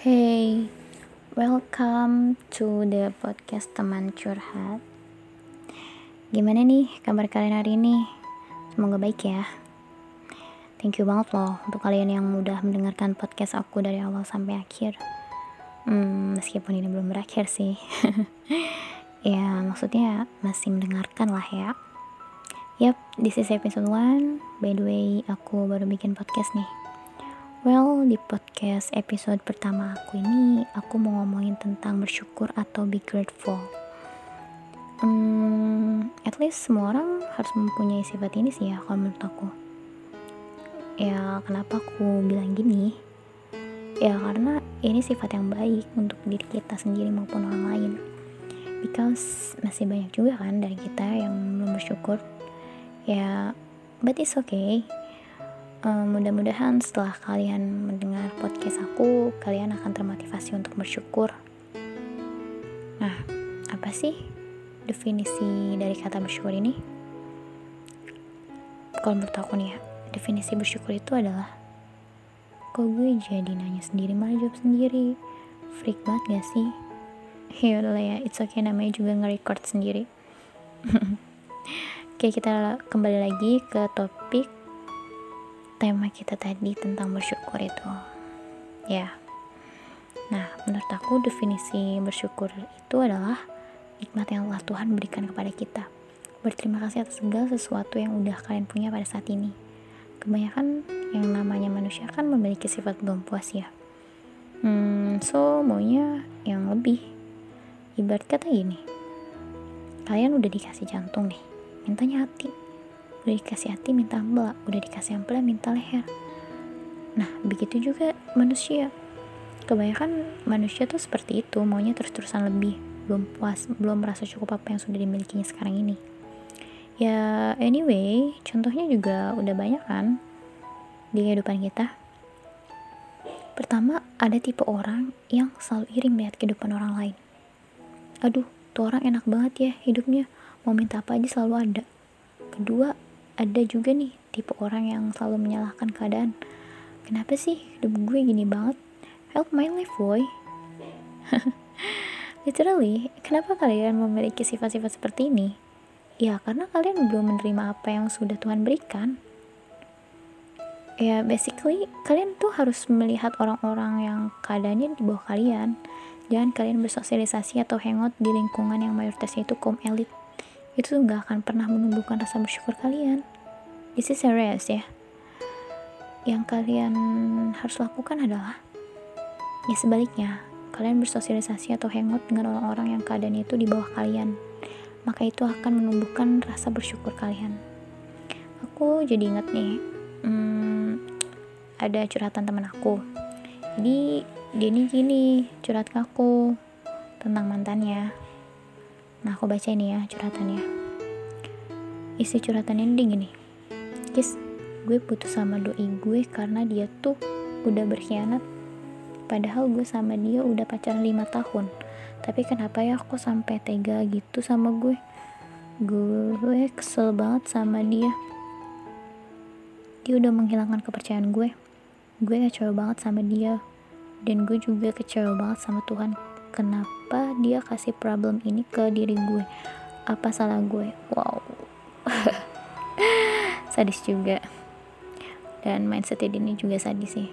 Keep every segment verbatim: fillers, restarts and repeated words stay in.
Hey, welcome to the podcast Teman Curhat. Gimana nih kabar kalian hari ini? Semoga baik ya. Thank you banget loh untuk kalian yang udah mendengarkan podcast aku dari awal sampai akhir. Hmm, meskipun ini belum berakhir sih. Ya, maksudnya masih mendengarkan lah ya. Yap, this is episode one. By the way, aku baru bikin podcast nih. Well, di podcast episode pertama aku ini, aku mau ngomongin tentang bersyukur atau be grateful. Hmm, at least semua orang harus mempunyai sifat ini sih ya, kalau menurut aku. Ya, kenapa aku bilang gini? Ya, karena ini sifat yang baik untuk diri kita sendiri maupun orang lain. Because masih banyak juga kan dari kita yang belum bersyukur. Ya, but it's okay. Um, mudah-mudahan setelah kalian mendengar podcast aku, kalian akan termotivasi untuk bersyukur. Nah, apa sih definisi dari kata bersyukur ini? Kalau menurut aku nih ya, definisi bersyukur itu adalah, kok gue jadi nanya sendiri malah jawab sendiri, freak banget gak sih? Yaudah lah ya, it's okay, namanya juga nge-record sendiri. Oke, kita kembali lagi ke topik tema kita tadi tentang bersyukur itu ya. Nah, menurut aku definisi bersyukur itu adalah nikmat yang Allah Tuhan berikan kepada kita. Berterima kasih atas segala sesuatu yang udah kalian punya pada saat ini. Kebanyakan yang namanya manusia kan memiliki sifat belum puas ya. Hmm, so maunya yang lebih. Ibarat kata gini, kalian udah dikasih jantung nih, mintanya hati. Udah dikasih hati minta ampela, udah dikasih ampela minta leher. Nah, begitu juga manusia. Kebanyakan manusia tuh seperti itu, maunya terus-terusan lebih, belum puas, belum merasa cukup apa yang sudah dimilikinya sekarang ini. Ya, anyway, contohnya juga udah banyak kan di kehidupan kita. Pertama, ada tipe orang yang selalu iri melihat kehidupan orang lain. Aduh, tuh orang enak banget ya hidupnya, mau minta apa aja selalu ada. Kedua, ada juga nih tipe orang yang selalu menyalahkan keadaan. Kenapa sih hidup gue gini banget? Help my life boy. Literally, kenapa kalian memiliki sifat-sifat seperti ini? Ya karena kalian belum menerima apa yang sudah Tuhan berikan. Ya basically kalian tuh harus melihat orang-orang yang keadaannya di bawah kalian. Jangan kalian bersosialisasi atau hangout di lingkungan yang mayoritasnya itu kaum elit. Itu gak akan pernah menumbuhkan rasa bersyukur kalian. This is serious ya. Yang kalian harus lakukan adalah, ya sebaliknya, kalian bersosialisasi atau hangout dengan orang-orang yang keadaannya itu di bawah kalian. Maka itu akan menumbuhkan rasa bersyukur kalian. Aku jadi ingat nih, hmm, ada curhatan teman aku. Jadi dia nih gini curhat ke aku tentang mantannya. Nah, aku baca ini ya curhatannya. Isi curhatannya ini gini. Guys, gue putus sama doi gue karena dia tuh udah berkhianat. Padahal gue sama dia udah pacaran lima tahun. Tapi kenapa ya kok sampai tega gitu sama gue? Gue kesel banget sama dia. Dia udah menghilangkan kepercayaan gue. Gue kecewa banget sama dia. Dan gue juga kecewa banget sama Tuhan. Kenapa dia kasih problem ini ke diri gue? Apa salah gue? Wow. Sadis juga. Dan mindset ini juga sadis sih.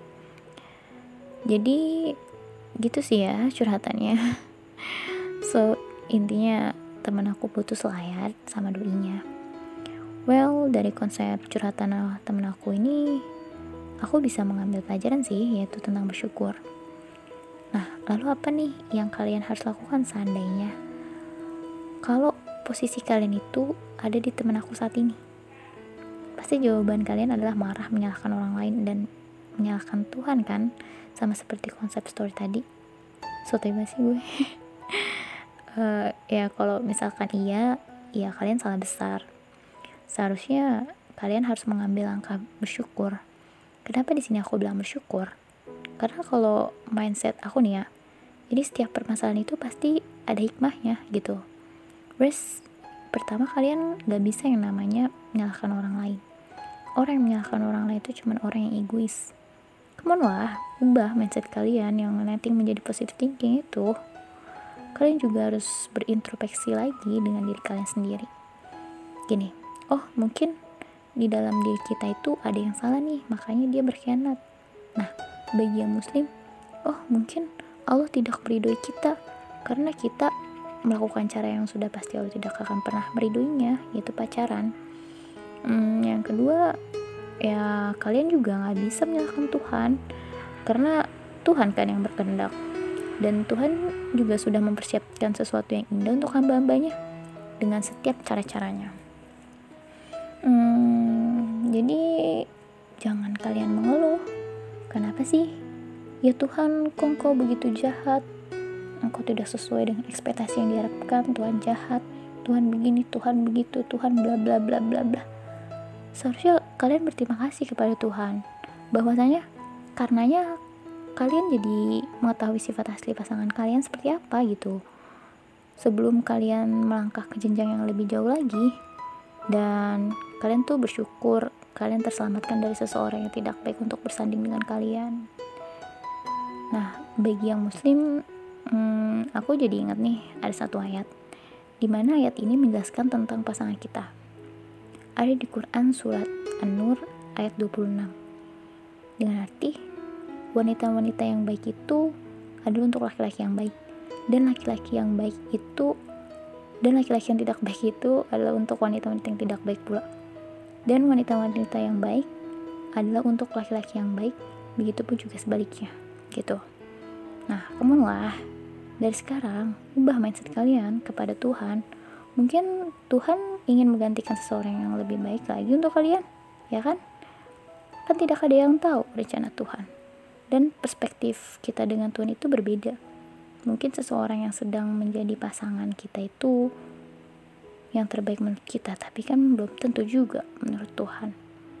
Jadi gitu sih ya curhatannya. So intinya teman aku putus lah ya sama doinya. Well, dari konsep curhatan teman aku ini, aku bisa mengambil pelajaran sih, yaitu tentang bersyukur. Nah, lalu apa nih yang kalian harus lakukan seandainya kalau posisi kalian itu ada di teman aku saat ini? Pasti jawaban kalian adalah marah, menyalahkan orang lain, dan menyalahkan Tuhan kan? Sama seperti konsep story tadi. Sotoy banget sih gue. uh, ya kalau misalkan iya, ya kalian salah besar. Seharusnya kalian harus mengambil langkah bersyukur. Kenapa di sini aku bilang bersyukur? Karena kalau mindset aku nih ya, jadi setiap permasalahan itu pasti ada hikmahnya gitu. Terus pertama kalian gak bisa yang namanya menyalahkan orang lain. Orang yang menyalahkan orang lain itu cuma orang yang egois. come on lah, ubah mindset kalian yang netting menjadi positive thinking itu. Kalian juga harus berintrospeksi lagi dengan diri kalian sendiri. Gini, oh mungkin di dalam diri kita itu ada yang salah nih, makanya dia berkhianat. Nah, bagi yang muslim, oh mungkin Allah tidak meridhoi kita karena kita melakukan cara yang sudah pasti Allah tidak akan pernah meridoinya, yaitu pacaran. Hmm, yang kedua, ya kalian juga nggak bisa menyalahkan Tuhan karena Tuhan kan yang berkehendak, dan Tuhan juga sudah mempersiapkan sesuatu yang indah untuk hamba-hambanya dengan setiap cara-caranya. Hmm, jadi jangan kalian mengeluh. Kenapa sih? Ya Tuhan, kok engkau begitu jahat? Engkau tidak sesuai dengan ekspektasi yang diharapkan. Tuhan jahat, Tuhan begini, Tuhan begitu, Tuhan bla bla bla bla bla. Seharusnya kalian berterima kasih kepada Tuhan bahwasanya karenanya kalian jadi mengetahui sifat asli pasangan kalian seperti apa gitu, sebelum kalian melangkah ke jenjang yang lebih jauh lagi. Dan kalian tuh bersyukur kalian terselamatkan dari seseorang yang tidak baik untuk bersanding dengan kalian. Nah, bagi yang muslim, hmm, aku jadi ingat nih ada satu ayat di mana ayat ini menjelaskan tentang pasangan kita. Ada di Quran surat An-Nur ayat dua puluh enam dengan arti, wanita-wanita yang baik itu adalah untuk laki-laki yang baik, dan laki-laki yang baik itu dan laki-laki yang tidak baik itu adalah untuk wanita-wanita yang tidak baik pula, dan wanita-wanita yang baik adalah untuk laki-laki yang baik, begitupun juga sebaliknya gitu. Nah, come on lah, dari sekarang ubah mindset kalian kepada Tuhan. Mungkin Tuhan ingin menggantikan seseorang yang lebih baik lagi untuk kalian, ya kan? Kan tidak ada yang tahu rencana Tuhan, dan perspektif kita dengan Tuhan itu berbeda. Mungkin seseorang yang sedang menjadi pasangan kita itu yang terbaik menurut kita, tapi kan belum tentu juga menurut Tuhan.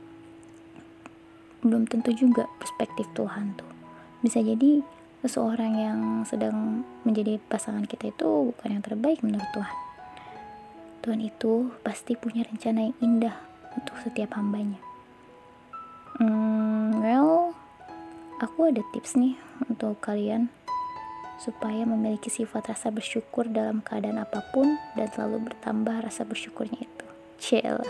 Belum tentu juga perspektif Tuhan tuh. Bisa jadi seseorang yang sedang menjadi pasangan kita itu bukan yang terbaik menurut Tuhan. Tuhan itu pasti punya rencana yang indah untuk setiap hambanya. Hmm, well, aku ada tips nih untuk kalian supaya memiliki sifat rasa bersyukur dalam keadaan apapun dan selalu bertambah rasa bersyukurnya itu. Cielah.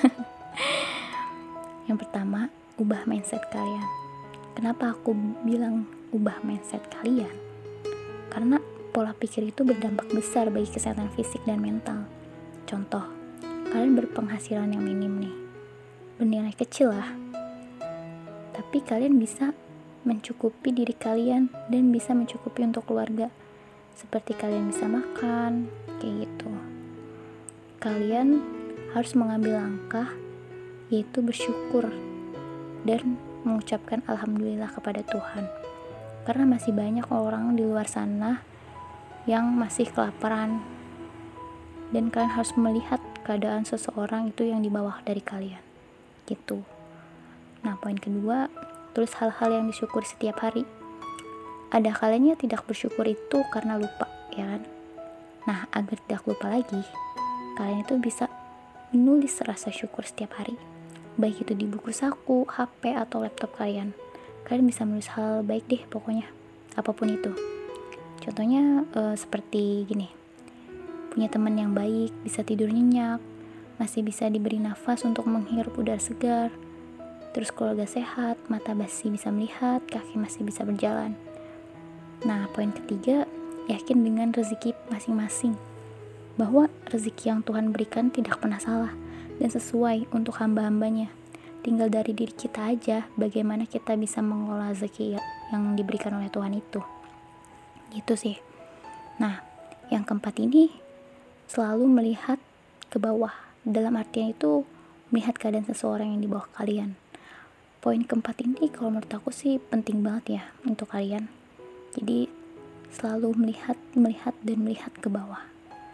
Yang pertama, ubah mindset kalian. Kenapa aku bilang ubah mindset kalian? Karena pola pikir itu berdampak besar bagi kesehatan fisik dan mental. Contoh, kalian berpenghasilan yang minim nih, bernilai kecil lah, tapi kalian bisa mencukupi diri kalian dan bisa mencukupi untuk keluarga. Seperti kalian bisa makan, kayak gitu. Kalian harus mengambil langkah, yaitu bersyukur dan mengucapkan alhamdulillah kepada Tuhan. Karena masih banyak orang di luar sana yang masih kelaparan, dan kalian harus melihat keadaan seseorang itu yang di bawah dari kalian gitu. Nah, poin kedua, tulis hal-hal yang disyukuri setiap hari. Ada kalanya tidak bersyukur itu karena lupa, ya kan? Nah, agar tidak lupa lagi, kalian itu bisa menulis rasa syukur setiap hari, baik itu di buku saku, H P, atau laptop kalian. Kalian bisa menulis hal baik deh pokoknya, apapun itu. Contohnya e, seperti gini, punya teman yang baik, bisa tidur nyenyak, masih bisa diberi nafas untuk menghirup udara segar, terus keluarga sehat, mata masih bisa melihat, kaki masih bisa berjalan. Nah, poin ketiga, yakin dengan rezeki masing-masing, bahwa rezeki yang Tuhan berikan tidak pernah salah dan sesuai untuk hamba-hambanya. Tinggal dari diri kita aja bagaimana kita bisa mengelola rezeki yang diberikan oleh Tuhan itu. Gitu sih. Nah, yang keempat ini, selalu melihat ke bawah. Dalam artian itu melihat keadaan seseorang yang di bawah kalian. Poin keempat ini kalau menurut aku sih penting banget ya untuk kalian. Jadi selalu melihat, melihat dan melihat ke bawah.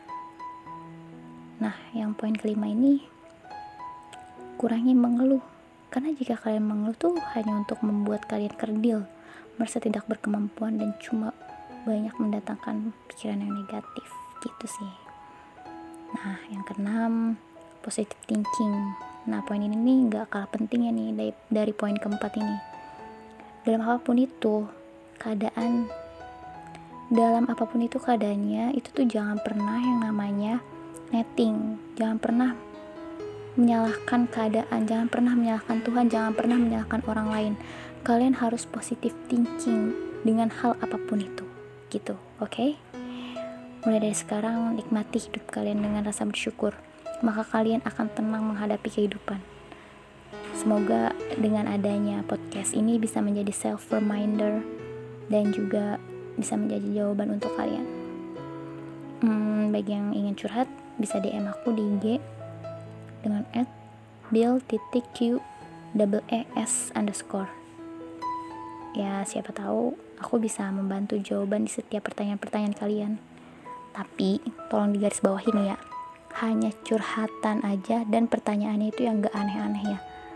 Nah, yang poin kelima ini, kurangi mengeluh. Karena jika kalian mengeluh tuh hanya untuk membuat kalian kerdil, merasa tidak berkemampuan dan cuma banyak mendatangkan pikiran yang negatif gitu sih. Nah, yang keenam, positive thinking. Nah, poin ini nih gak kalah pentingnya nih dari, dari poin keempat ini. dalam apapun itu keadaan, dalam apapun itu keadaannya, itu tuh jangan pernah yang namanya netting, jangan pernah menyalahkan keadaan, jangan pernah menyalahkan Tuhan, jangan pernah menyalahkan orang lain. Kalian harus positive thinking dengan hal apapun itu, gitu, oke? Okay? Mulai dari sekarang nikmati hidup kalian dengan rasa bersyukur, maka kalian akan tenang menghadapi kehidupan. Semoga dengan adanya podcast ini bisa menjadi self reminder dan juga bisa menjadi jawaban untuk kalian. Hmm, bagi yang ingin curhat bisa D M aku di I G dengan at bill titik q double e s underscore. Ya siapa tahu aku bisa membantu jawaban di setiap pertanyaan-pertanyaan kalian. Tapi tolong digaris bawahin ya, hanya curhatan aja dan pertanyaannya itu yang gak aneh-aneh ya.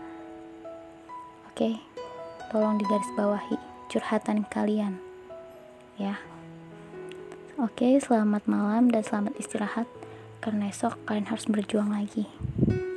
Oke, tolong digaris bawahi curhatan kalian ya. Oke, selamat malam dan selamat istirahat, karena esok kalian harus berjuang lagi.